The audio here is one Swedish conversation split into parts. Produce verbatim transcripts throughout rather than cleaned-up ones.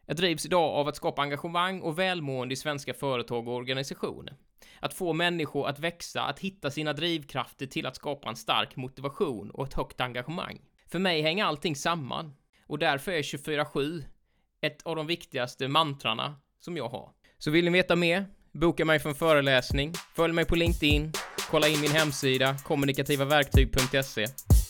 Jag drivs idag av att skapa engagemang och välmående i svenska företag och organisationer. Att få människor att växa, att hitta sina drivkrafter till att skapa en stark motivation och ett högt engagemang. För mig hänger allting samman och därför är tjugofyra sju ett av de viktigaste mantrarna som jag har. Så vill ni veta mer? Boka mig för en föreläsning, följ mig på LinkedIn, kolla in min hemsida kommunikativa verktyg punkt se.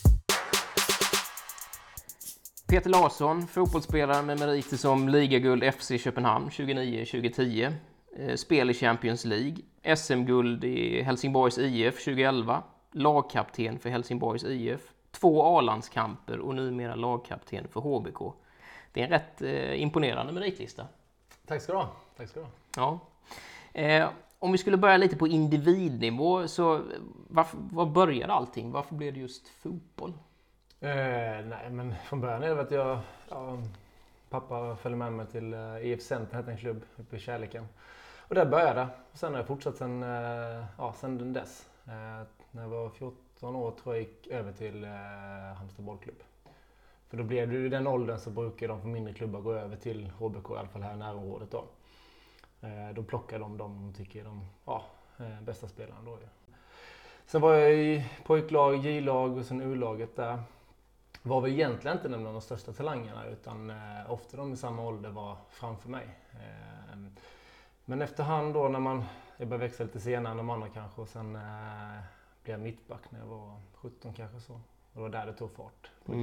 Peter Larsson, fotbollsspelare med meriter som ligaguld F C Köpenhamn tjugonio tjugohundratio, spel i Champions League, S M-guld i Helsingborgs I F tjugoelva, lagkapten för Helsingborgs I F, två A-landskamper och numera lagkapten för H B K. Det är en rätt eh, imponerande meritlista. Tack ska du ha. Tack ska du ha. Ja. Eh, om vi skulle börja lite på individnivå, så varför, var började allting? Varför blev det just fotboll? Eh, nej, men från början är det att jag... Ja, pappa följde med mig till uh, I F Center, hette en klubb uppe i Kärleken. Och där började jag. Och sen har jag fortsatt sen, uh, ja, sen dess. Uh, när jag var fjorton år tror jag gick över till uh, Halmstad bollklubb. För då blev det i den åldern så brukar de från mindre klubbar gå över till H B K, i alla fall här i närområdet då. Uh, då plockar de de tycker de ja, uh, bästa spelarna då. Ja. Sen var jag i pojklag, J-lag och sen U-laget där. Var väl egentligen inte nämligen de största talangerna utan eh, ofta de i samma ålder var framför mig. Eh, men efterhand då när man, jag började växa lite senare än de andra kanske och sen eh, blev jag mittback när jag var sjutton kanske så. Och det var där det tog fart. Mm.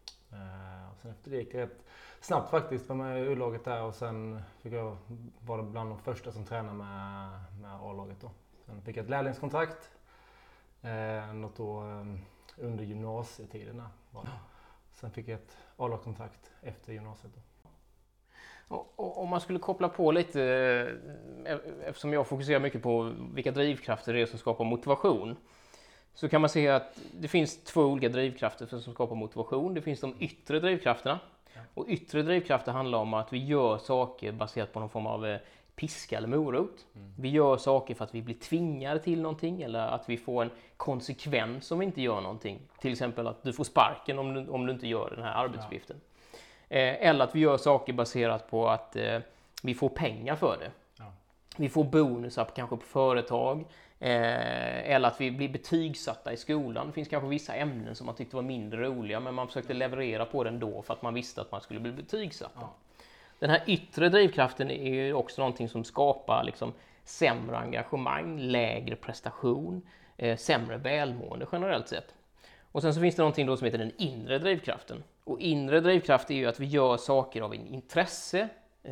Eh, och sen efter det gick det rätt snabbt faktiskt, var med i U-laget där och sen fick jag vara bland de första som tränade med, med A-laget då. Sen fick jag ett lärlingskontrakt eh, något år eh, under gymnasietiden var det. Sen fick jag ett A-lagskontrakt efter gymnasiet då. Och, och, om man skulle koppla på lite, eftersom jag fokuserar mycket på vilka drivkrafter det är som skapar motivation, så kan man se att det finns två olika drivkrafter som skapar motivation. Det finns de yttre drivkrafterna. Ja. Och yttre drivkrafter handlar om att vi gör saker baserat på någon form av piska eller morot. Mm. Vi gör saker för att vi blir tvingade till någonting eller att vi får en konsekvens om vi inte gör någonting. Till exempel att du får sparken om du, om du inte gör den här arbetsuppgiften. Ja. Eh, eller att vi gör saker baserat på att eh, vi får pengar för det. Ja. Vi får bonusar kanske på företag. Eh, eller att vi blir betygsatta i skolan. Det finns kanske vissa ämnen som man tyckte var mindre roliga men man försökte leverera på den då för att man visste att man skulle bli betygsatt. Ja. Den här yttre drivkraften är ju också någonting som skapar liksom sämre engagemang, lägre prestation, eh, sämre välmående generellt sett. Och sen så finns det någonting då som heter den inre drivkraften. Och inre drivkraft är ju att vi gör saker av en intresse,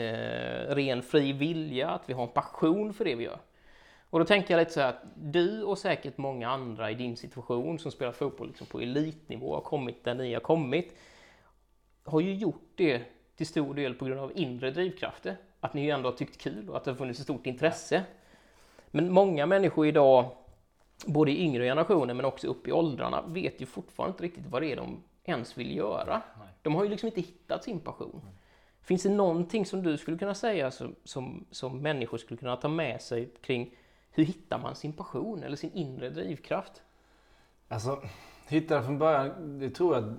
eh, ren fri vilja, att vi har en passion för det vi gör. Och då tänker jag lite så här att du och säkert många andra i din situation som spelar fotboll liksom på elitnivå har kommit där ni har kommit, har ju gjort det till stor del på grund av inre drivkrafter. Att ni ändå har tyckt kul och att det har funnits ett stort intresse. Men många människor idag, både i yngre generationer men också upp i åldrarna, vet ju fortfarande inte riktigt vad det är de ens vill göra. Nej. De har ju liksom inte hittat sin passion. Nej. Finns det någonting som du skulle kunna säga som, som, som människor skulle kunna ta med sig kring hur hittar man sin passion eller sin inre drivkraft? Alltså, hitta det från början, det tror jag att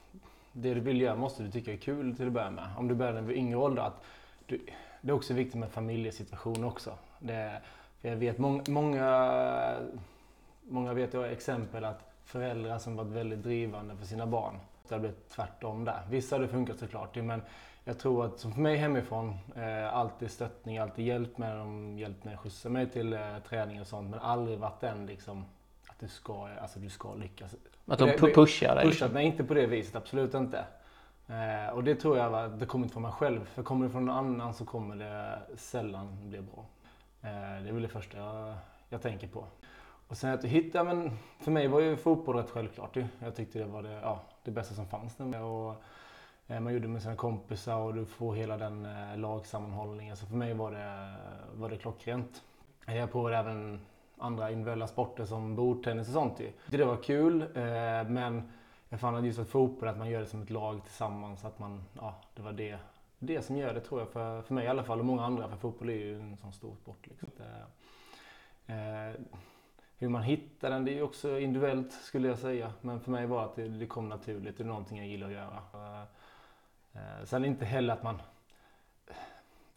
det du vill göra måste du tycka är kul till att börja med. Om du börjar vid yngre ålder, att du, det är också viktigt med familjesituation också. Det, för jag vet många, många, många vet jag exempel att föräldrar som varit väldigt drivande för sina barn, det har blivit tvärtom där. Vissa har det funkat såklart, men jag tror att som för mig hemifrån, eh, alltid stöttning, alltid hjälp med dem, hjälp med att skjutsa mig till eh, träning och sånt, men aldrig varit den liksom att du ska, alltså du ska lyckas. Att de pushar dig? Pushat mig inte på det viset, absolut inte. Eh, och det tror jag var, det kommer inte från mig själv. För kommer det från någon annan så kommer det sällan bli bra. Eh, det är väl det första jag, jag tänker på. Och sen att hitta, men för mig var ju fotboll rätt självklart. Jag tyckte det var det, ja, det bästa som fanns. Och, eh, man gjorde med sina kompisar och du får hela den eh, lagsammanhållningen. Så för mig var det, var det klockrent. Jag provade även andra individuella sporter som bordtennis och sånt. Det var kul, eh, men jag fann att just att fotboll, att man gör det som ett lag tillsammans, att man, ja, det var det, det som gör det tror jag, för, för mig i alla fall och många andra, för fotboll är ju en sån stor sport. Liksom. Eh, hur man hittar den, det är ju också individuellt skulle jag säga, men för mig var att det, det kom naturligt, det är någonting jag gillar att göra. Eh, sen inte heller att man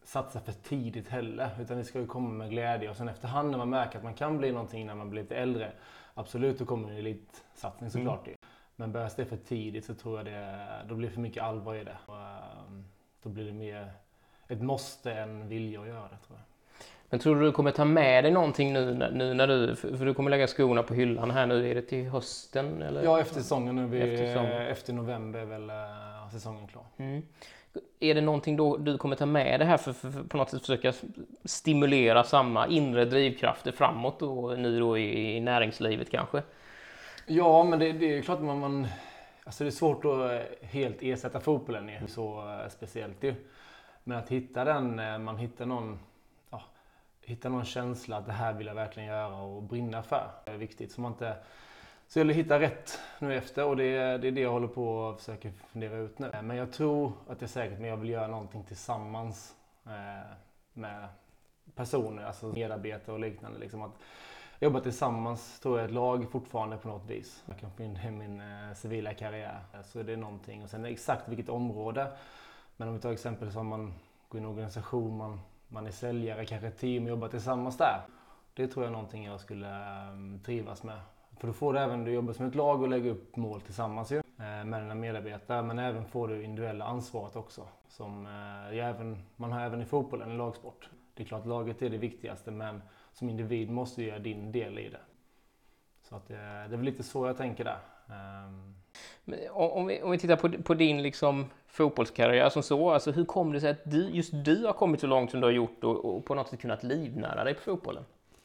satsa för tidigt heller, utan det ska ju komma med glädje och sen efterhand när man märker att man kan bli någonting när man blir lite äldre, absolut då kommer en elitsatsning såklart. Mm. Men börjas det för tidigt så tror jag det, då blir det för mycket allvar i det. Och, um, då blir det mer ett måste än vilja att göra det, tror jag. Men tror du du kommer ta med dig någonting nu, nu när du, för du kommer lägga skorna på hyllan här nu, är det till hösten? Eller? Ja, efter säsongen nu, vi, efter, säsongen. efter november är väl uh, säsongen klar. Mm. Är det någonting då du kommer ta med det här för, för, för på något sätt försöka stimulera samma inre drivkrafter framåt då, nu då i, i näringslivet kanske? Ja, men det, det är klart man, man alltså det är svårt att helt ersätta fotbollen, det är så uh, speciellt ju. Men att hitta den, uh, man hittar någon, ja, hitta någon känsla att det här vill jag verkligen göra och brinna för. Det är viktigt så man inte, så jag hitta rätt nu efter och det, det är det jag håller på att försöka fundera ut nu. Men jag tror att det är säkert, men jag vill göra någonting tillsammans uh, med personer, alltså medarbetare och liknande. Liksom att jobba tillsammans tror jag är ett lag fortfarande på något vis. Jag kan få in hem min eh, civila karriär. Så är det någonting. Och sen exakt vilket område. Men om vi tar exempel som man går in i en organisation, man, man är säljare, kanske ett team och jobbar tillsammans där. Det tror jag är någonting jag skulle eh, trivas med. För då får du även, du jobbar som ett lag och lägger upp mål tillsammans ju, eh, med dina medarbetare. Men även får du individuella ansvaret också. Som eh, även, man har även i fotbollen, en lagsport. Det är klart laget är det viktigaste, men som individ måste du göra din del i det. Så att det, det är väl lite så jag tänker där. Um... Men om, vi, om vi tittar på, på din liksom fotbollskarriär som så, alltså hur kom det sig att du, just du har kommit så långt som du har gjort och, och på något sätt kunnat livnära dig på fotbollen?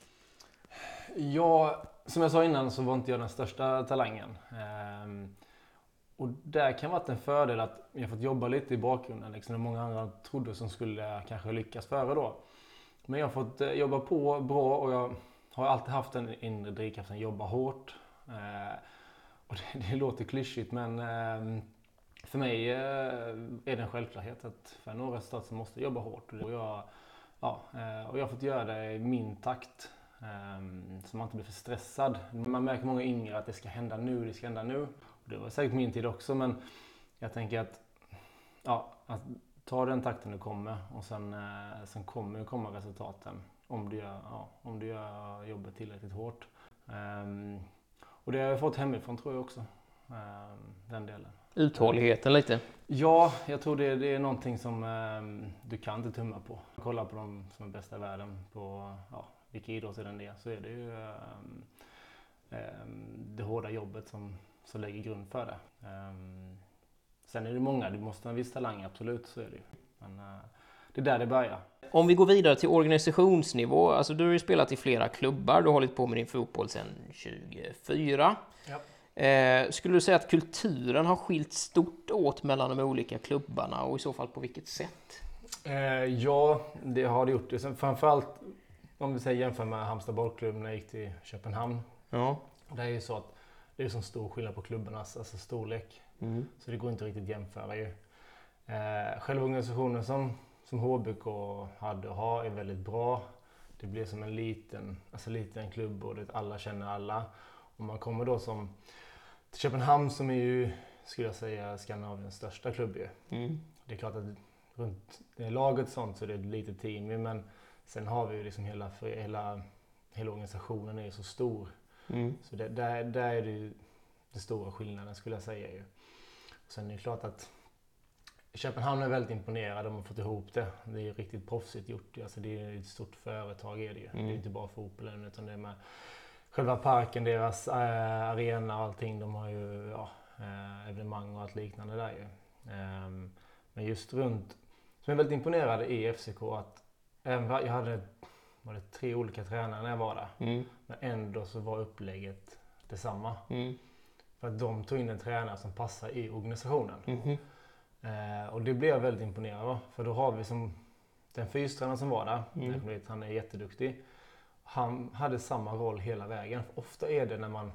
Ja, som jag sa innan så var inte jag den största talangen. Um, och där kan vara en fördel att jag fått jobba lite i bakgrunden. Liksom, många andra trodde som skulle kanske lyckas före då. Men jag har fått jobba på bra och jag har alltid haft en inre drivkraft att jobba hårt. Eh, och det, det låter klyschigt, men eh, för mig eh, är det en självklarhet att för att nå resultat så måste jag jobba hårt. Och jag, ja, eh, och jag har fått göra det i min takt eh, så man inte blir för stressad. Man märker många yngre att det ska hända nu, det ska hända nu. Och det var säkert min tid också, men jag tänker att, ja, att ta den takten du kommer och sen, eh, sen kommer det komma resultaten om du gör, ja, om du gör jobbet tillräckligt hårt. Um, och det har jag fått hemifrån tror jag också, um, den delen. Uthålligheten lite? Ja, jag tror det, det är någonting som um, du kan inte tumma på. Kolla på de som är bästa i världen på ja, vilka idrott är den det, så är det ju um, um, det hårda jobbet som, som lägger grund för det. Um, Sen är det många, du måste ha en viss talang, absolut, så är det ju. Men uh, det är där det börjar. Om vi går vidare till organisationsnivå, alltså du har ju spelat i flera klubbar, du har hållit på med din fotboll sedan tjugofyra. Ja. Eh, skulle du säga att kulturen har skilt stort åt mellan de olika klubbarna och i så fall på vilket sätt? Eh, ja, det har det gjort. Sen framförallt om vi säger jämför med Halmstad bollklubb när jag gick till Köpenhamn. Ja. Det är ju så att det är så stor skillnad på klubbarnas alltså storlek. Mm. Så det går inte riktigt att jämföra ju. Eh, själva organisationen som, som H B K hade och har är väldigt bra. Det blir som en liten, alltså liten klubb och det alla känner alla. Och man kommer då som till Köpenhamn som är ju, skulle jag säga, Skandinaviens största klubb ju. Mm. Det är klart att runt det laget sånt så är det ett litet team ju, men sen har vi ju liksom hela, hela, hela organisationen är så stor. Mm. Så det, där, där är det ju den stora skillnaden skulle jag säga ju. Sen är det klart att Köpenhamn är väldigt imponerad, de har fått ihop det. Det är riktigt proffsigt gjort. Alltså det är ett stort företag är det ju. Mm. Det är inte bara fotbollen utan det är med själva parken, deras äh, arena och allting. De har ju ja, äh, evenemang och allt liknande där ju. Ähm, men just runt, som är väldigt imponerad i F C K att även jag hade var det tre olika tränare när jag var där. Mm. Men ändå så var upplägget detsamma. Mm. För att de tog in en tränare som passar i organisationen. Mm-hmm. Eh, och det blev jag väldigt imponerad av. För då har vi som den fystränaren som var där. Mm. Han är jätteduktig. Han hade samma roll hela vägen. Ofta är det när man,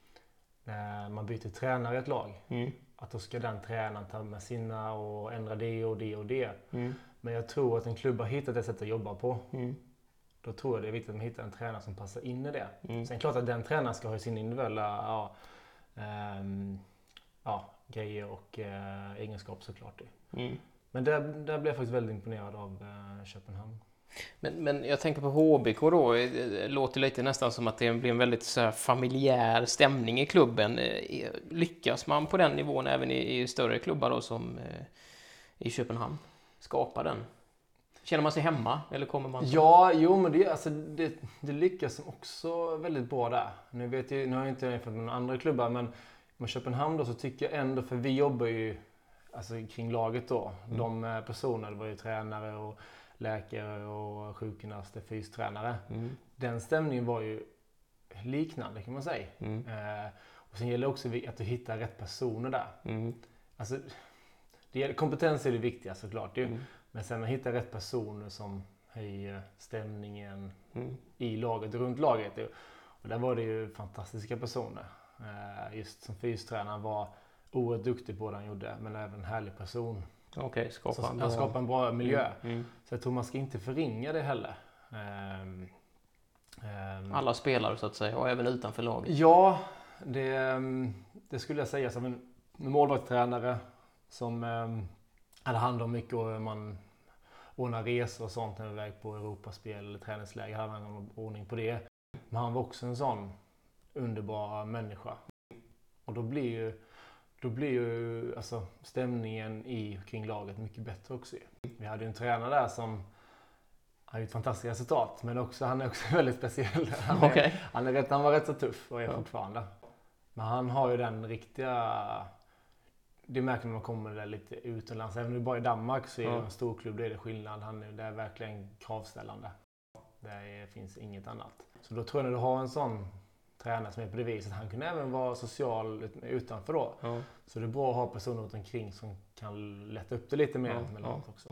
när man byter tränare i ett lag. Mm. Att då ska den tränaren ta med sina och ändra det och det och det. Mm. Men jag tror att en klubb har hittat ett sätt att jobba på. Mm. Då tror jag det är viktigt att man hittar en tränare som passar in i det. Mm. Sen är det klart att den tränaren ska ha sin individuella ja, ähm, ja, grejer och äh, egenskaper såklart. Mm. Men där, där blev jag faktiskt väldigt imponerad av eh, Köpenhamn. Men, men jag tänker på H B K då, det låter lite nästan som att det blir en väldigt så här familjär stämning i klubben. Lyckas man på den nivån även i, i större klubbar då som eh, i Köpenhamn? Skapar den? Känner man sig hemma eller kommer man? Som... Ja, jo men det, alltså, det, det lyckas också väldigt bra där. Nu vet jag, nu har jag inte jämfört med några andra klubbar, men med Köpenhamn då så tycker jag ändå, för vi jobbar ju alltså, kring laget då. Mm. De personerna, det var ju tränare och läkare och sjukgymnaster, fystränare. Mm. Den stämningen var ju liknande kan man säga. Mm. Eh, och sen gäller det också att du hittar rätt personer där. Mm. Alltså, det, kompetens är det viktiga såklart ju. Mm. Men sen att hitta rätt personer som höjer stämningen mm. i laget, runt laget. Och där var det ju fantastiska personer. Eh, just som fystränaren var oerhört duktig på det han gjorde, men även en härlig person. Okej, skapa, så, en bra... skapa en bra miljö. Mm. Mm. Så jag tror man ska inte förringa det heller. Um, um, Alla spelare så att säga, och även utanför laget. Ja, det, det skulle jag säga som en målvaktstränare som um, hade hand om mycket och man ordnar resor och sånt när vi var på Europaspel eller träningsläger. Hade han ordning på det. Men han var också en sån underbar människa. Och då blir ju Då blir ju alltså, stämningen i kring laget mycket bättre också. Vi hade ju en tränare där som har gjort fantastiska resultat, men också, han är också väldigt speciell. Han, är, okay. han, är rätt, han var rätt så tuff och är ja. fortfarande. Men han har ju den riktiga... Det märker när man kommer där lite utomlands. Även om det bara i Danmark så är det ja. en stor klubb, det är det skillnad. Han är, det är verkligen kravställande. Det finns inget annat. Så då tror jag när du har en sån tränare som är på det viset. Han kunde även vara social utanför då. Ja. Så det är bra att ha personer runt omkring som kan lätta upp det lite mer ja. med laget också.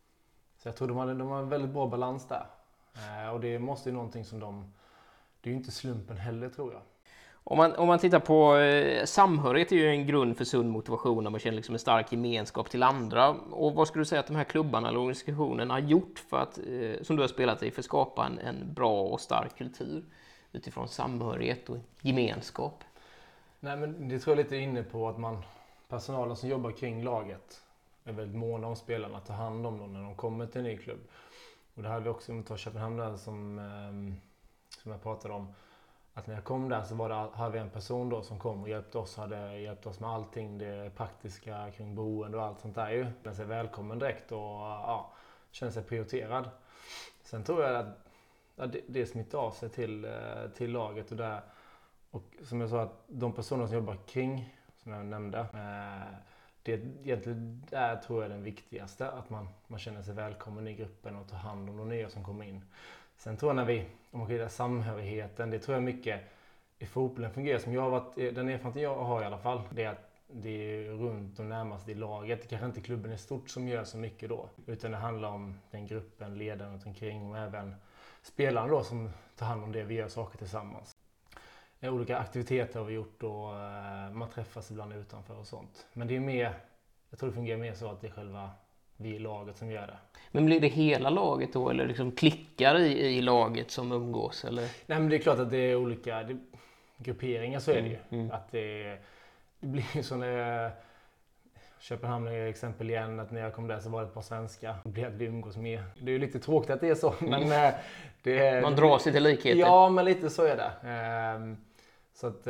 Så jag tror de har, de har en väldigt bra balans där. Eh, och det måste ju någonting som de... Det är ju inte slumpen heller tror jag. Om man, om man tittar på eh, samhörighet är ju en grund för sund motivation när man känner liksom en stark gemenskap till andra. Och vad skulle du säga att de här klubbarna eller organisationerna har gjort för att, eh, som du har spelat i, för att skapa en, en bra och stark kultur utifrån samhörighet och gemenskap? Nej, men det tror jag lite inne på att man, personalen som jobbar kring laget är väldigt måna om spelarna, att ta hand om dem när de kommer till en ny klubb. Och det hade vi också, om vi tar Köpenhamn där som, eh, som jag pratade om. Att när jag kom där så var det, hade vi en person då som kom och hjälpte oss, hade hjälpt oss med allting det praktiska kring boende och allt sånt där ju. Den sig välkommen direkt och ja, känner sig prioriterad. Sen tror jag att ja, det, det smittar av sig till, till laget och där. Och som jag sa, att de personer som jobbar kring, som jag nämnde, det egentligen där tror jag är den viktigaste. Att man, man känner sig välkommen i gruppen och tar hand om de nya som kommer in. Sen tror jag när vi, om man kallar samhörigheten, det tror jag mycket i fotbollen fungerar som jag har varit, den erfarenheten jag har i alla fall, det är att det är runt och närmast i laget. Det kanske inte klubben är stort som gör så mycket då, utan det handlar om den gruppen, ledaren runt omkring och även spelarna då som tar hand om det, vi gör saker tillsammans. Olika aktiviteter har vi gjort och man träffas ibland utanför och sånt. Men det är mer, jag tror det fungerar mer så att det är själva vi i laget som gör det. Men blir det hela laget då eller liksom klickar i, i laget som umgås? Eller? Nej, men det är klart att det är olika det, grupperingar, så är det ju. Mm, mm. Att det, det blir ju så när jag, Köpenhamn är exempel igen, att när jag kom där så var det ett par svenskar. Det blir att vi umgås mer. Det är ju lite tråkigt att det är så. Men det är, man drar sig till likheter. Ja, men lite så är det. Så att,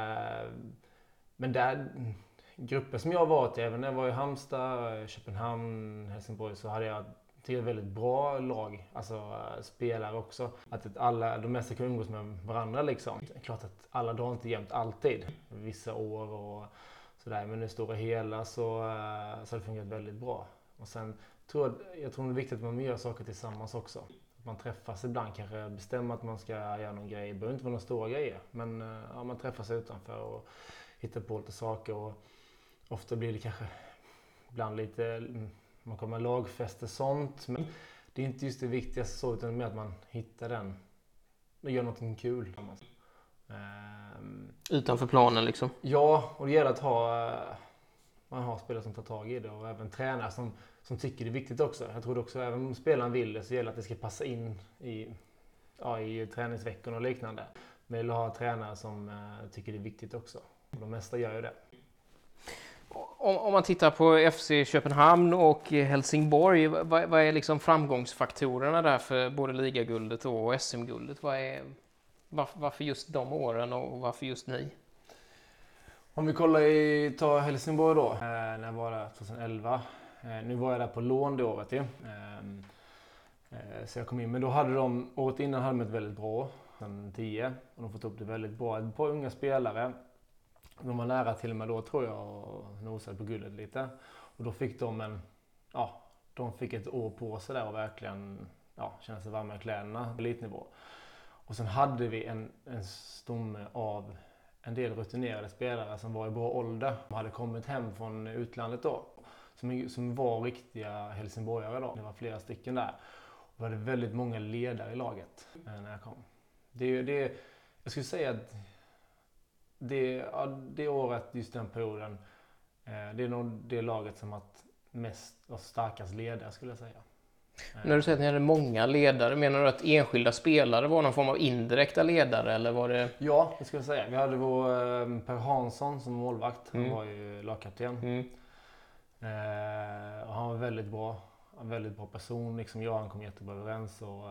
men där... Grupper som jag har varit i, även när jag var i Halmstad, Köpenhamn, Helsingborg, så hade jag till ett väldigt bra lag, alltså spelare också. Att alla, de mesta kan umgås med varandra liksom. Det är klart att alla drar inte jämnt alltid, vissa år och sådär, men i det stora hela så, så har det fungerat väldigt bra. Och sen tror jag, jag tror det är viktigt att man gör saker tillsammans också. Att man träffas ibland, kanske bestämmer att man ska göra någon grej, det behöver inte vara några stora grejer, men ja, man träffas utanför och hittar på lite saker och ofta blir det kanske ibland lite, man kommer lagfest och sånt, men det är inte just det viktigaste så, utan med att man hittar den och gör någonting kul. Um, Utanför planen liksom? Ja, och det gäller att ha, man har spelare som tar tag i det och även tränare som, som tycker det är viktigt också. Jag tror också även om spelaren vill det så gäller att det ska passa in i, ja, i träningsveckan och liknande. Men jag vill ha tränare som uh, tycker det är viktigt också. De mesta gör ju det. Om, om man tittar på F C Köpenhamn och Helsingborg, vad, vad är liksom framgångsfaktorerna där för både ligaguldet och S M-guldet? Vad är, varför, varför just de åren och varför just ni? Om vi kollar i, tar Helsingborg då, eh, när jag var där tjugoelva. Eh, nu var jag där på lån det året ju. Eh, eh, så jag kom in, men då hade de, året innan hade de ett väldigt bra, sen tio, och de fått upp det väldigt bra. Ett par unga spelare. De var nära till och med då tror jag och nosade på guldet lite. Och då fick de en, ja, de fick ett år på sig där och verkligen, ja, känna sig varma i kläderna på elitnivå. Och sen hade vi en, en stomme av en del rutinerade spelare som var i bra ålder. De hade kommit hem från utlandet då. Som, som var riktiga helsingborgare då. Det var flera stycken där. Och vi hade väldigt många ledare i laget när jag kom. Det, det, jag skulle säga att det, ja, det året, just den perioden, det är nog det laget som har mest och starkast ledare skulle jag säga. När du säger att ni hade många ledare, menar du att enskilda spelare var någon form av indirekta ledare eller var det? Ja, det skulle jag säga. Vi hade vår Per Hansson som målvakt. Mm. Han var ju lagkapten. Mm. Eh, och han var väldigt bra. En väldigt bra person. Liksom jag han kom jättebra överens. Och,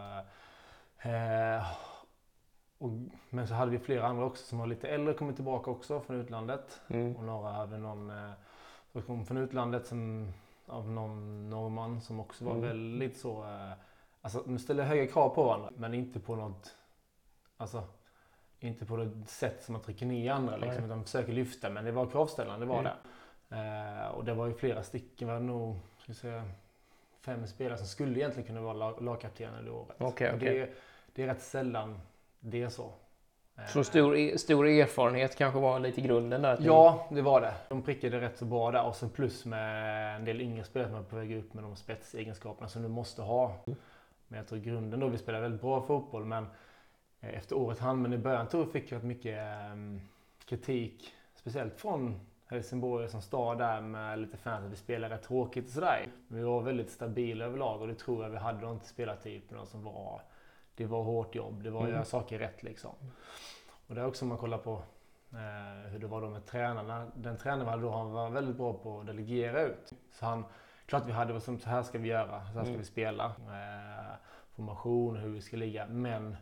eh, och, men så hade vi flera andra också som var lite äldre, kommit tillbaka också från utlandet. Mm. Och några hade någon eh, som kom från utlandet som av någon norrman som också var mm. väldigt så, eh, alltså de ställer höga krav på varandra men inte på något, alltså inte på det sätt som man trycker ner andra liksom, utan de försöker lyfta, men det var kravställande, det var mm. det. Eh, och det var ju flera stycken, var nog, ska jag säga, fem spelare som skulle egentligen kunna vara lag, lagkaptener det året. Okay, okay. Det, det är rätt sällan det är så. Så stor, stor erfarenhet kanske var lite grunden där? Till... Ja, det var det. De prickade rätt så bra där och sen plus med en del yngre spelare som är på väg upp med de spetsegenskaperna som du måste ha. Men jag tror grunden då, vi spelade väldigt bra fotboll, men efter året hann, men i början tror jag fick rätt mycket um, kritik, speciellt från Helsingborg som stad där med lite fans att vi spelade rätt tråkigt och sådär. Men vi var väldigt stabila överlag och det tror jag vi hade då inte spelartyperna som var, det var hårt jobb, det var att mm. göra saker rätt liksom. Och det är också om man kollar på eh, hur det var då med tränarna. Den tränaren vi hade då, han var väldigt bra på att delegera ut. Så han, klart vi hade som så här ska vi göra, så här ska mm. vi spela. Eh, formation, hur vi ska ligga. Men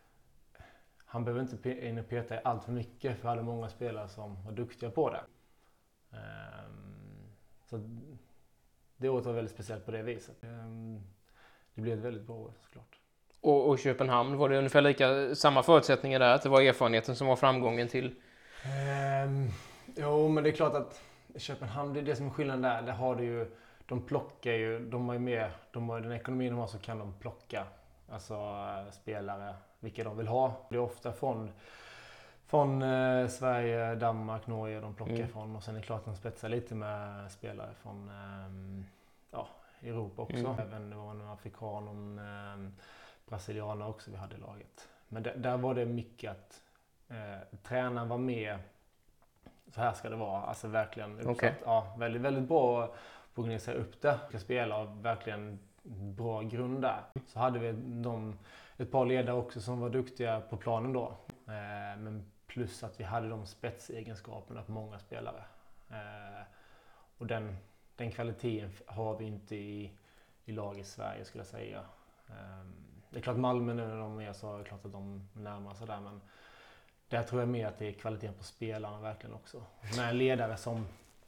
han behöver inte pe- in och peta i allt för mycket, för vi hade många spelare som var duktiga på det. Eh, så det året var väldigt speciellt på det viset. Eh, det blev ett väldigt bra år såklart. Och, och Köpenhamn, var det ungefär lika samma förutsättningar där? Att det var erfarenheten som var framgången till? Um, jo, men det är klart att Köpenhamn, det är det som är skillnaden där. Det har det ju, de plockar ju, de har ju mer, de har den ekonomin de har, så kan de plocka alltså spelare, vilka de vill ha. Det är ofta från, från eh, Sverige, Danmark, Norge de plockar mm. från. Och sen är det klart att de spetsar lite med spelare från eh, ja, Europa också. Mm. Även det var en afrikan och en eh, brasilianer också vi hade i laget. Men d- där var det mycket att eh, tränaren var med, så här ska det vara, alltså verkligen uppsatt, okay. ja, väldigt, väldigt bra på att organisera upp det. Ska spela och verkligen bra grund där. Så hade vi de, ett par ledare också som var duktiga på planen då. Eh, men plus att vi hade de spetsegenskaperna på många spelare. Eh, och den, den kvaliteten har vi inte i, i lag i Sverige skulle jag säga. Eh, Det är klart Malmö nu när de är så är det klart att de närmar sig där, men där tror jag mer att det är kvaliteten på spelarna verkligen också. Med en ledare som,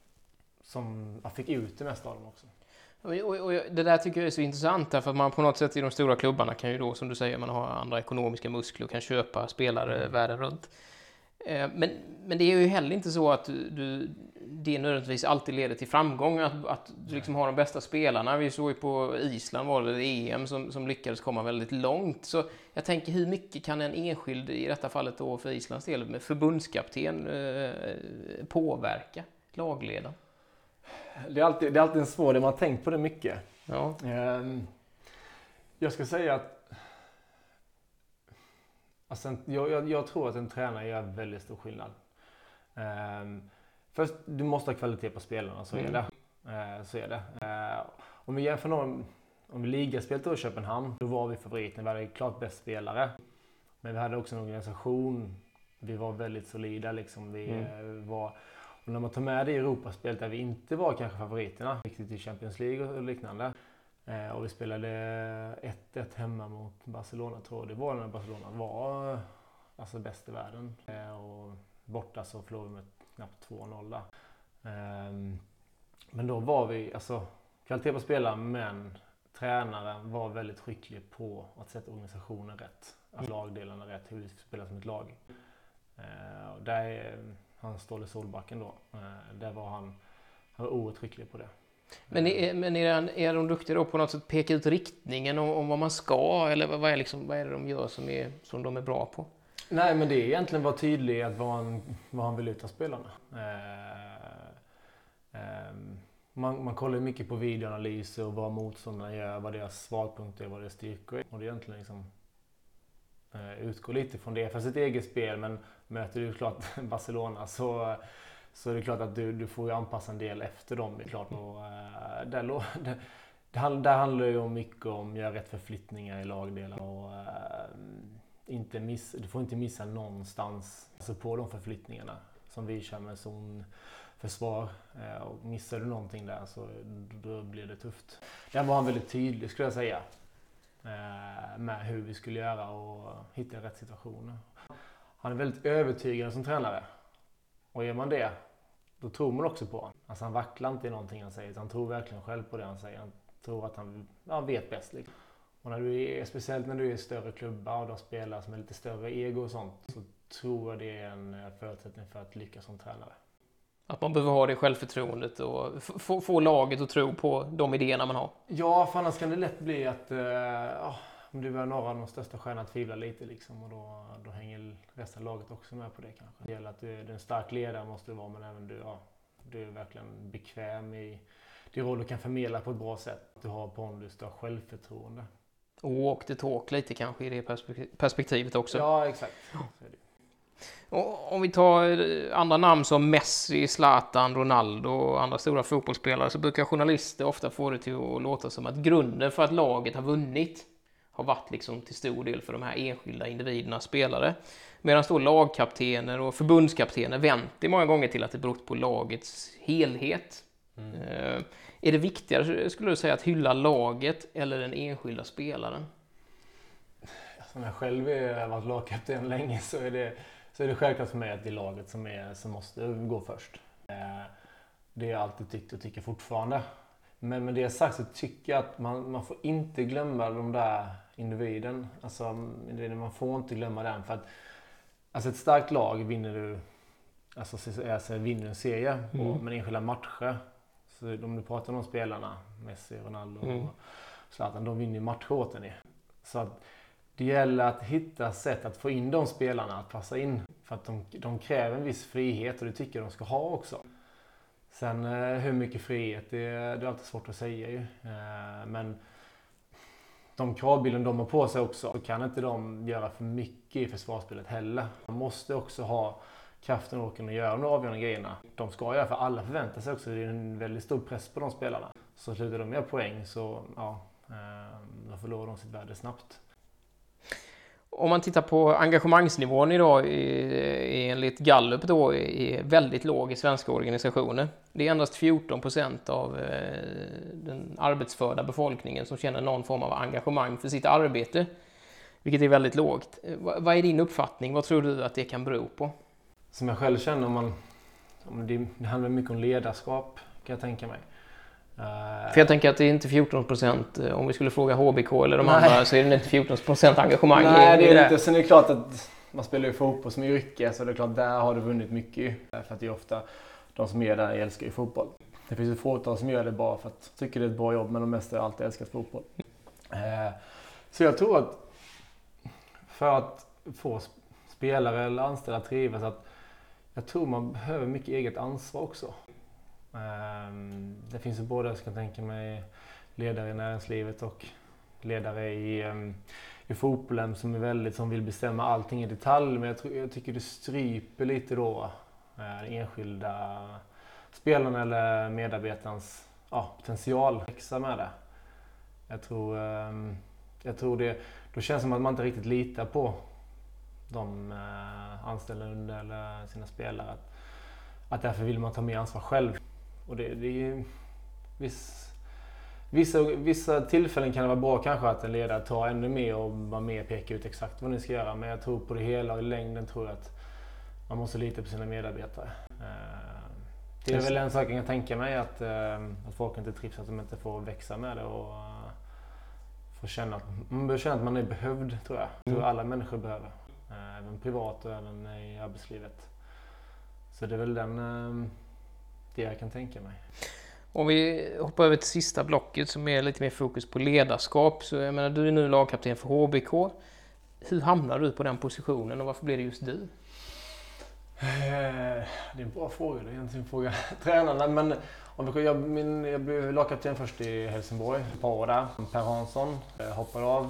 som jag fick ut det mesta av dem också. Och, och, och det där tycker jag är så intressant, därför att man på något sätt i de stora klubbarna kan ju då, som du säger, man har andra ekonomiska muskler och kan köpa spelare mm. världen runt. Men, men det är ju heller inte så att du, det nödvändigtvis alltid leder till framgång, att, att du liksom har de bästa spelarna. Vi såg ju på Island var det E M som, som lyckades komma väldigt långt. Så jag tänker, hur mycket kan en enskild, i detta fallet då för Islands del, med förbundskapten eh, påverka lagledaren? Det är alltid, det är alltid en svår, det man har tänkt på det mycket. Ja. Jag ska säga att Alltså, jag, jag, jag tror att en tränare gör väldigt stor skillnad. Um, först, du måste ha kvalitet på spelarna, så mm. är det. Uh, så är det. Uh, om vi jämför någon, om vi ligaspelet då i Köpenhamn, då var vi favoriten. Vi hade klart bäst spelare. Men vi hade också en organisation. Vi var väldigt solida liksom. Vi mm. var, Och när man tar med det i Europaspelet där vi inte var kanske favoriterna, riktigt i Champions League och liknande. Eh, och vi spelade ett ett hemma mot Barcelona, tror jag. Det var när Barcelona var alltså bäst i världen. Eh, och borta så förlorade vi med knappt två noll där. Eh, men då var vi, alltså kvalitet på spelare, men tränaren var väldigt skicklig på att sätta organisationen rätt. Att lagdelarna rätt, hur vi ska spela som ett lag. Eh, och där är han Ståle Solbacken då. Eh, där var han, han var oerhört skicklig på det. Men, är, men är, är de duktiga då på något sätt peka ut riktningen om, om vad man ska? Eller vad är, liksom, vad är det de gör som, är, som de är bra på? Nej, men det är egentligen vara tydlig att vad han, vad han vill ut av spelarna. Eh, eh, man, man kollar mycket på videoanalyser och vad motståndarna gör, vad deras svagpunkter är, vad deras styrkor är. Och det är egentligen liksom eh, utgår lite från det för sitt eget spel, men möter du klart Barcelona så, så är det klart att du, du får ju anpassa en del efter dem. Det är klart. Och, eh, där, det, det, där handlar ju om mycket om att göra rätt förflyttningar i lagdelar och eh, inte miss, du får inte missa någonstans alltså på de förflyttningarna som vi kör med zonförsvar. Eh, och missar du någonting där så då blir det tufft. Där var han väldigt tydlig, skulle jag säga, eh, med hur vi skulle göra och hitta rätt situationer. Han är väldigt övertygande som tränare. Och gör man det, då tror man också på honom. Alltså han vacklar inte i någonting han säger. Han tror verkligen själv på det han säger. Han tror att han ja, vet bäst. Liksom. Och när du är, speciellt när du är i större klubbar och du har spelare som är lite större ego och sånt, så tror jag det är en förutsättning för att lyckas som tränare. Att man behöver ha det självförtroendet och få, få laget att tro på de idéerna man har. Ja, för annars kan det lätt bli att uh, om du är några av de största stjärnorna tvivlar lite liksom, och då, då hänger resten av laget också med på det kanske. Det gäller att du är en stark ledare måste du vara, men även du, ja, du är verkligen bekväm i din roll och kan förmedla på ett bra sätt. Du har pondus, du har självförtroende. Och walk the talk lite kanske i det perspektivet också. Ja, exakt. Så är det. Och om vi tar andra namn som Messi, Zlatan, Ronaldo och andra stora fotbollsspelare, så brukar journalister ofta få det till att låta som att grunden för att laget har vunnit har varit liksom till stor del för de här enskilda individerna spelare. Medan då lagkaptener och förbundskaptener vänt det många gånger till att det berott på lagets helhet. Mm. Eh, är det viktigare, skulle du säga, att hylla laget eller den enskilda spelaren? Som jag själv har varit lagkapten länge så är det, så är det självklart för mig att det är laget som, är, som måste gå först. Eh, det har jag alltid tyckt och tycker fortfarande. Men med det sagt så tycker jag att man, man får inte glömma de där individen. Alltså, man får inte glömma den. För att, alltså ett starkt lag vinner du, alltså, alltså vinner en serie, mm. och, men enskilda matcher. Så om du pratar om spelarna, Messi, Ronaldo mm. och Zlatan, de vinner matcher åt en. Så att det gäller att hitta sätt att få in de spelarna att passa in. För att de, de kräver en viss frihet och det tycker jag de ska ha också. Sen hur mycket frihet, det, det är alltid svårt att säga ju. Men de kravbilden de har på sig också, så kan inte de göra för mycket i försvarsspelet heller. De måste också ha kraften och orken att göra de avgörande grejerna. De ska göra, för alla förväntar sig också. Det är en väldigt stor press på de spelarna. Så slutar de med poäng så ja, då förlorar de sitt värde snabbt. Om man tittar på engagemangsnivån idag är enligt Gallup då är väldigt låg i svenska organisationer. Det är endast fjorton procent av den arbetsförda befolkningen som känner någon form av engagemang för sitt arbete, vilket är väldigt lågt. Vad är din uppfattning? Vad tror du att det kan bero på? Som jag själv känner, om man, om det, det handlar mycket om ledarskap, kan jag tänka mig. För jag tänker att det är inte fjorton procent, om vi skulle fråga H B K eller de Nej. andra, så är det inte fjorton procent engagemang. Nej, det är det inte. Sen är det klart att man spelar ju fotboll som yrke, så det är klart där har du vunnit mycket. För att det är ofta de som är där älskar ju fotboll. Det finns ju fåtal som gör det bara för att tycker det är ett bra jobb, men de mesta har alltid älskat fotboll. Så jag tror att för att få spelare eller anställda trivas, att jag tror man behöver mycket eget ansvar också. Det finns ju både, jag ska tänka mig, ledare i näringslivet och ledare i, i fotbollen som är väldigt, som vill bestämma allting i detalj. Men jag, tror, jag tycker det stryper lite då enskilda spelarna eller medarbetarens ja, potential växa med det. Jag tror, jag tror det, då känns det som att man inte riktigt litar på de anställda under eller sina spelare. Att, att därför vill man ta mer ansvar själv. Och det, det är ju viss, vissa, vissa tillfällen kan det vara bra kanske att en ledare tar ännu mer och bara mer pekar ut exakt vad ni ska göra. Men jag tror på det hela och i längden tror jag att man måste lita på sina medarbetare. Det är väl en sak jag kan tänka mig att, att folk inte trivs, att de inte får växa med det och får känna att man behöver känna att man är behövd, tror jag. Det tror alla människor behöver. Även privat och även i arbetslivet. Så det är väl den, det jag kan tänka mig. Om vi hoppar över till sista blocket som är lite mer fokus på ledarskap. Så jag menar, du är nu lagkapten för H B K. Hur hamnar du på den positionen och varför blir det just du? Det är en bra fråga. Det är egentligen en fråga tränarna. Men om vi, jag, min, jag blev lagkapten först i Helsingborg. Ett par år där. Per Hansson hoppade av.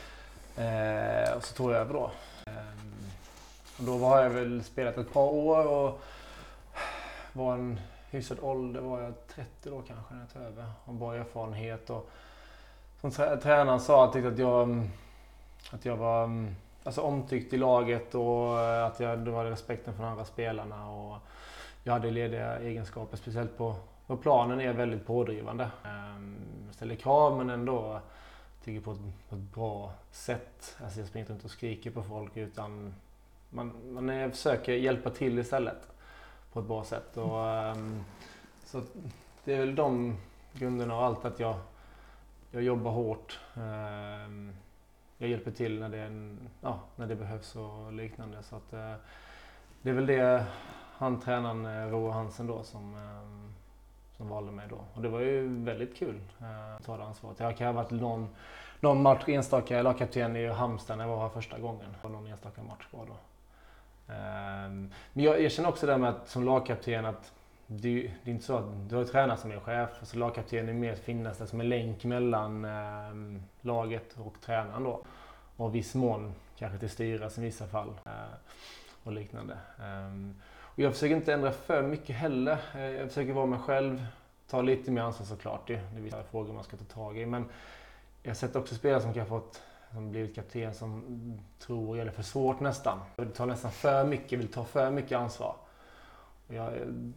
Eh, och så tog jag över då. Eh, och då har jag väl spelat ett par år och var en hyfsad ålder. Var jag trettio då kanske när jag tog över. Och bra erfarenhet. Och som trä, tränaren sa, jag tyckte att jag, att jag var... Alltså omtyckt i laget och att jag det var respekten från andra spelarna och jag hade lediga egenskaper, speciellt på, på planen är jag väldigt pådrivande. Jag ställer krav men ändå tycker på ett, på ett bra sätt. Alltså jag springer inte runt och skriker på folk utan man, man är, försöker hjälpa till istället på ett bra sätt. Och, um, så det är väl de grunderna och allt att jag, jag jobbar hårt. Um, Jag hjälper till när det, ja, när det behövs och liknande. Så att, eh, det är väl det han tränaren eh, Roar Hansen då som, eh, som valde mig då. Och det var ju väldigt kul eh, att ta det ansvaret. Jag har varit någon, någon match enstaka lagkapten i Halmstad när jag var här första gången. Det var någon enstaka match kvar då. Eh, men jag erkänner också det med att som lagkapten att det, det är inte så att du har en tränare som är chef. Så lagkapten är mer finnas det som en länk mellan eh, laget och tränaren då. Och viss mån kanske till styras i vissa fall eh, och liknande. Um, och jag försöker inte ändra för mycket heller. Jag försöker vara mig själv, ta lite mer ansvar såklart. Det är vissa frågor man ska ta tag i. Men jag har sett också spelare som kanske fått som blivit kapten som tror det är för svårt nästan. Vill ta nästan för mycket, vill ta för mycket ansvar. Och jag,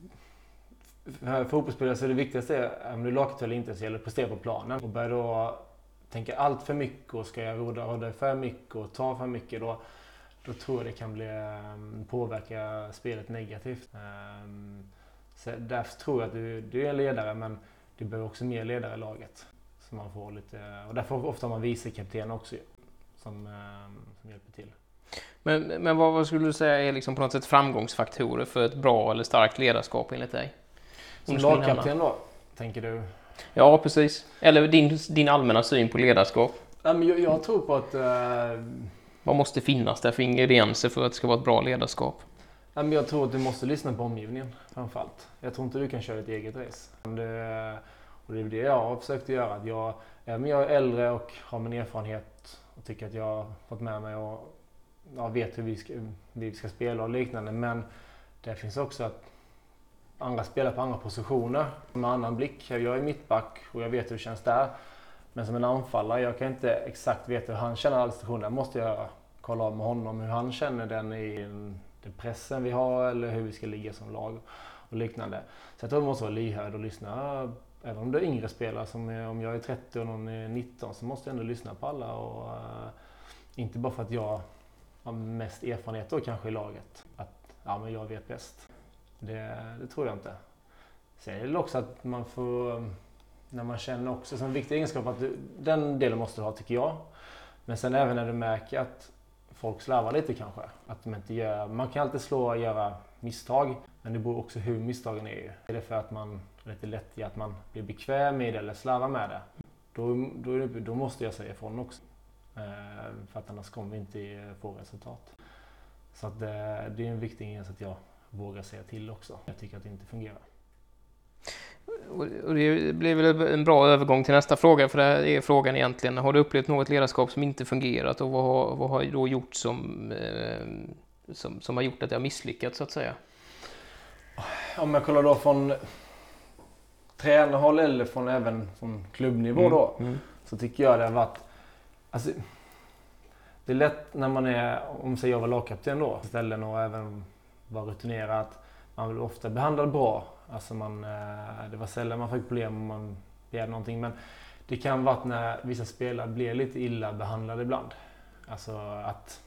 för fotbollsspelare så är det viktigaste, om du är lagkapten eller inte, så gäller det att prestera på planen. Och börjar då tänka allt för mycket och ska jag råda, råda för mycket och ta för mycket, då, då tror jag det kan bli, påverka spelet negativt. Så därför tror jag att du, du är en ledare, men du behöver också mer ledare i laget. Så man får lite, och därför ofta man vicekapten också som, som hjälper till. Men, men vad, vad skulle du säga är liksom på något sätt framgångsfaktorer för ett bra eller starkt ledarskap enligt dig? Som lagkapten då, tänker du? Ja, precis. Eller din, din allmänna syn på ledarskap. Jag, jag tror på att... Uh... Vad måste finnas där för ingredienser för att det ska vara ett bra ledarskap? Jag tror att du måste lyssna på omgivningen framförallt. Jag tror inte du kan köra ett eget race. Det, och det är det jag har försökt göra. Att jag, även jag är äldre och har min erfarenhet och tycker att jag har fått med mig och ja, vet hur vi ska, vi ska spela och liknande. Men det finns också att andra spelar på andra positioner med annan blick. Jag är mittback och jag vet hur det känns där. Men som en anfallare, jag kan inte exakt veta hur han känner alla situationer. Jag måste jag kolla av med honom hur han känner den i den pressen vi har eller hur vi ska ligga som lag och liknande. Så jag tror att man måste vara lyhörd och lyssna. Även om det är yngre spelare, som är, om jag är trettio och någon är nitton, så måste jag ändå lyssna på alla. Och, uh, inte bara för att jag har mest erfarenhet då kanske i laget. Att ja, men jag vet bäst. Det, det tror jag inte. Sen är det också att man får, när man känner också som en viktig egenskap, att du, den delen måste du ha tycker jag. Men sen även när du märker att folk slarvar lite kanske. Att de inte gör, man kan alltid slå och göra misstag, men det beror också hur misstagen är. Är det för att man är lite lätt i att man blir bekväm med det eller slarvar med det, då, då, då måste jag säga ifrån också. Eh, för att annars kommer vi inte få resultat. Så att, eh, det är en viktig grej att jag vågar säga till också. Jag tycker att det inte fungerar. Och det blir väl en bra övergång till nästa fråga, för det här är frågan egentligen: har du upplevt något ledarskap som inte fungerat, och vad har, vad har då gjort som, eh, som, som har gjort att det har misslyckats så att säga? Om jag kollar då från tränarhåll eller från även från klubbnivå mm. då, mm. så tycker jag det har varit, alltså, det är lätt när man är, om säger jag var lagkapten då, ställen och även var rutinerad, han blev ofta behandlad bra. Alltså man, det var sällan man fick problem om man begärde någonting. Men det kan vara att när vissa spelare blir lite illa behandlade ibland. Alltså att...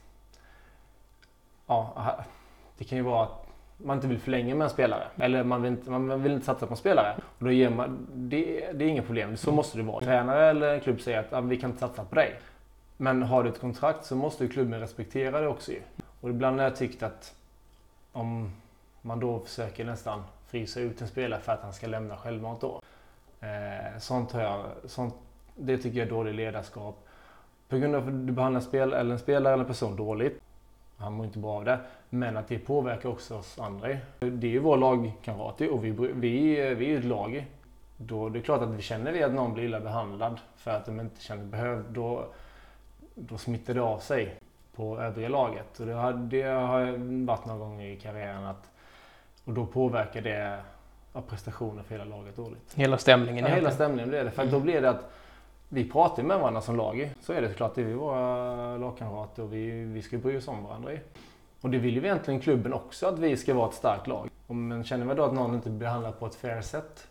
Ja, det kan ju vara att man inte vill förlänga med en spelare. Eller man vill inte, man vill inte satsa på en spelare. Och då ger man, det, det är inga problem, så måste det vara. En tränare eller en klubb säger att ah, vi kan inte satsa på dig. Men har du ett kontrakt så måste ju klubben respektera det också. Och ibland har jag tyckt att om man då försöker nästan frysa ut en spelare för att han ska lämna självmant då. Eh, sånt har jag, sånt, det tycker jag är dålig ledarskap. På grund av att du behandlar spel, eller en spelare eller en person dåligt. Han mår inte bra av det. Men att det påverkar också oss andra. Det är ju vår lagkamrater och vi, vi, vi är ju ett lag. Då det är klart att vi känner vi att någon blir illa behandlad för att de inte känner behöv. Då, då smittar det av sig på övriga laget. Och det har, det har varit några gånger i karriären att och då påverkar det ja, prestationer för hela laget dåligt. Hela stämningen? Ja, hela stämningen blir det. För mm. då blir det att vi pratar med varandra som lag. Så är det såklart. Det är vi våra lagkamrater och vi, vi ska bry oss om varandra. Och det vill ju egentligen klubben också att vi ska vara ett starkt lag. Men känner vi då att någon inte behandlar på ett fair sätt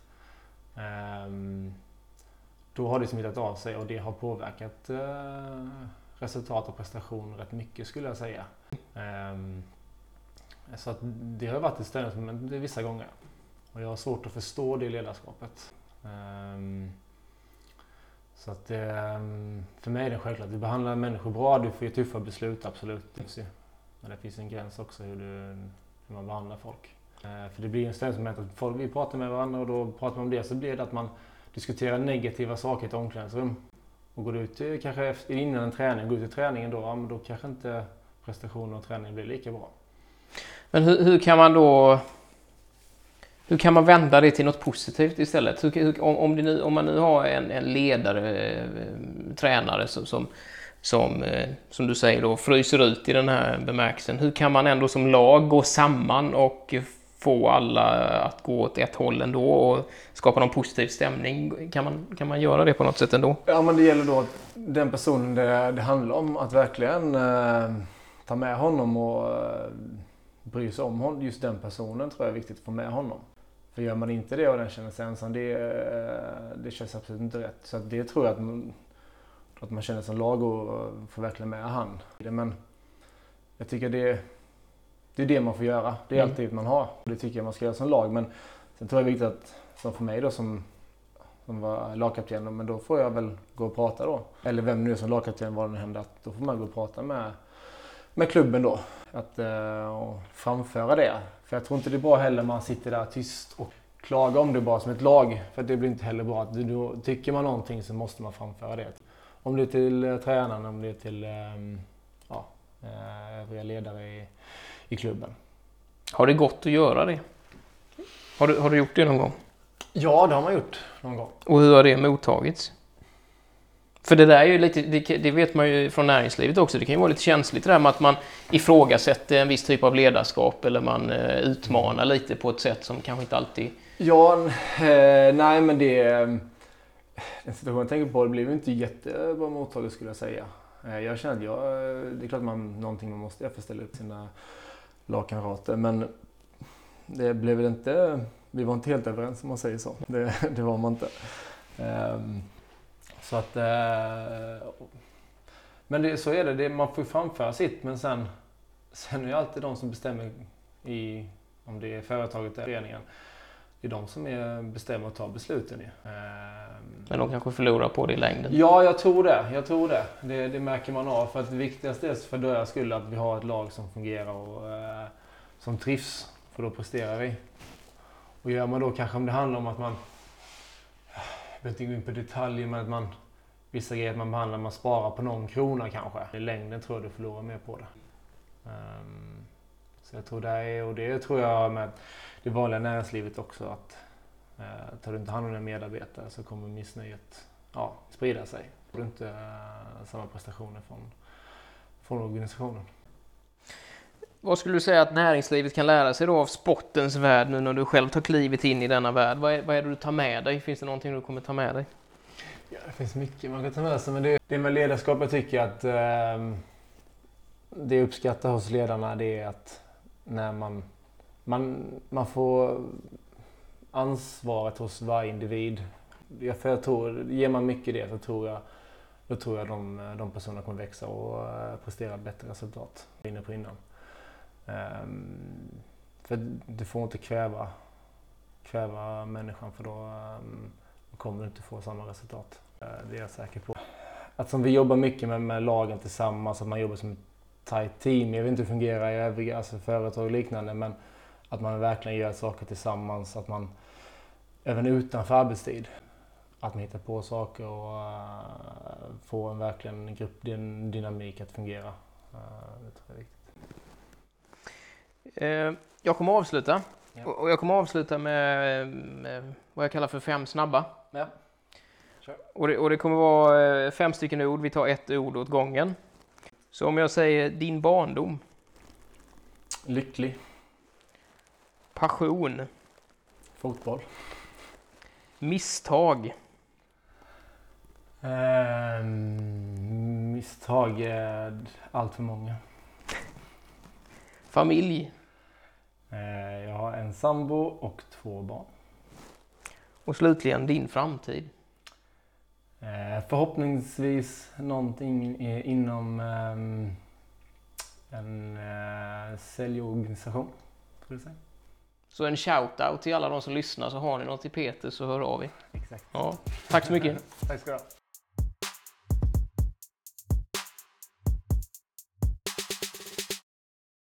um, då har det smittat av sig och det har påverkat uh, resultat och prestation rätt mycket skulle jag säga. Um, så att det har varit ett störningsmoment vissa gånger. Och jag har svårt att förstå det ledarskapet. Um, så att um, för mig är det självklart att vi behandlar människor bra, du får ju tuffa beslut, absolut. Men det finns en gräns också hur, du, hur man behandlar folk. Uh, för det blir en störningsmoment att folk, vi pratar med varandra och då pratar man om det så blir det att man diskuterar negativa saker i ett omklädningsrum. Och går ut kanske efter, innan en träning, går ut i träningen då, ja, men då kanske inte prestationen och träningen blir lika bra. Men hur, hur kan man då hur kan man vända det till något positivt istället? Hur, hur, om, om, det nu, om man nu har en, en ledare, eh, tränare som, som, som, eh, som du säger då fryser ut i den här bemärkelsen. Hur kan man ändå som lag gå samman och få alla att gå åt ett håll ändå och skapa någon positiv stämning? Kan man, kan man göra det på något sätt ändå? Ja, men det gäller då att den personen det, det handlar om att verkligen eh, ta med honom och eh, bry sig om honom. Just den personen tror jag är viktigt att få med honom. För gör man inte det och den känner sig ensam, det, det känns absolut inte rätt. Så att det tror jag att man, att man känner som lag och får verkligen med han. Men jag tycker det, det är det man får göra. Det är mm. alltid man har. Det tycker jag man ska göra som lag. Men sen tror jag det är viktigt att, som för mig då som, som var lagkapten, men då får jag väl gå och prata då. Eller vem nu är som lagkapten, vad det händer, att då får man gå och prata med, med klubben då. Att uh, framföra det. För jag tror inte det är bra heller man sitter där tyst och klagar om det bara som ett lag. För det blir inte heller bra. Att då tycker man någonting så måste man framföra det. Om det är till uh, tränaren, om det är till um, ja, uh, övriga ledare i, i klubben. Har det gått att göra det? Har du, har du gjort det någon gång? Ja, det har man gjort någon gång. Och hur har det mottagits? För det där är ju lite, det, det vet man ju från näringslivet också, det kan ju vara lite känsligt det där med att man ifrågasätter en viss typ av ledarskap eller man eh, utmanar lite på ett sätt som kanske inte alltid... Ja, eh, nej men det... Den situationen jag tänker på, det blev ju inte jättebra mottaget skulle jag säga. Eh, jag känner att jag, det är klart man någonting man måste göra för att ställa upp sina lagkamrater, men det blev väl inte... Vi var inte helt överens om man säger så, det, det var man inte. Eh, Så att, eh, men det, så är det, det, man får framföra sitt, men sen, sen är det alltid de som bestämmer i, om det är företaget eller föreningen, det är de som är, bestämmer att ta besluten. Eh, men de kanske förlorar på det i längden? Ja, jag tror det, jag tror det. Det, det märker man av, för att det viktigaste är för deras skull att vi har ett lag som fungerar och eh, som trivs, för då presterar vi. Och gör man då kanske om det handlar om att man jag vet inte gå in på detaljer, men att man vissa grejer man behandlar, man sparar på någon krona kanske. I längden tror jag du förlorar mer på det. Um, så jag tror det är, och det tror jag med det vanliga näringslivet också, att uh, tar du inte hand om en medarbetare så kommer missnöjet ja, sprida sig. Får du inte uh, samma prestationer från, från organisationen. Vad skulle du säga att näringslivet kan lära sig då av sportens värld nu när du själv tar klivet in i denna värld? Vad är, vad är det du tar med dig? Finns det någonting du kommer ta med dig? Ja, det finns mycket man kan ta med sig, men det, det med ledarskap jag tycker att eh, det jag uppskattar hos ledarna, det är att när man man, man får ansvaret hos varje individ. Jag, för jag tror, ger man mycket det så tror jag, då tror jag de, de personerna kommer växa och prestera bättre resultat. Inne på innan. Um, för du får inte kväva, kväva människan för då um, kommer du inte få samma resultat. Uh, det är jag säker på. Att som vi jobbar mycket med, med lagen tillsammans, att man jobbar som ett tight team. Jag vet inte hur det fungerar i övriga alltså företag och liknande, men att man verkligen gör saker tillsammans, att man även utanför arbetstid, att man hittar på saker och uh, får en verkligen gruppdynamik att fungera. Uh, det tror jag är viktigt. Jag kommer att avsluta. Ja. Och jag kommer att avsluta med, med vad jag kallar för fem snabba. Ja. Sure. Och, det, och det kommer vara fem stycken ord. Vi tar ett ord åt gången. Så om jag säger din barndom. Lycklig. Passion. Fotboll. Misstag. Uh, misstag är allt för många. Familj. Uh, jag har en sambo och två barn. Och slutligen din framtid. Uh, förhoppningsvis någonting i, inom um, en uh, säljorganisation. Tror jag säga. Så en shout-out till alla de som lyssnar, så har ni något till Peter så hör av er. Exakt. Ja, tack så mycket. Tack ska du ha.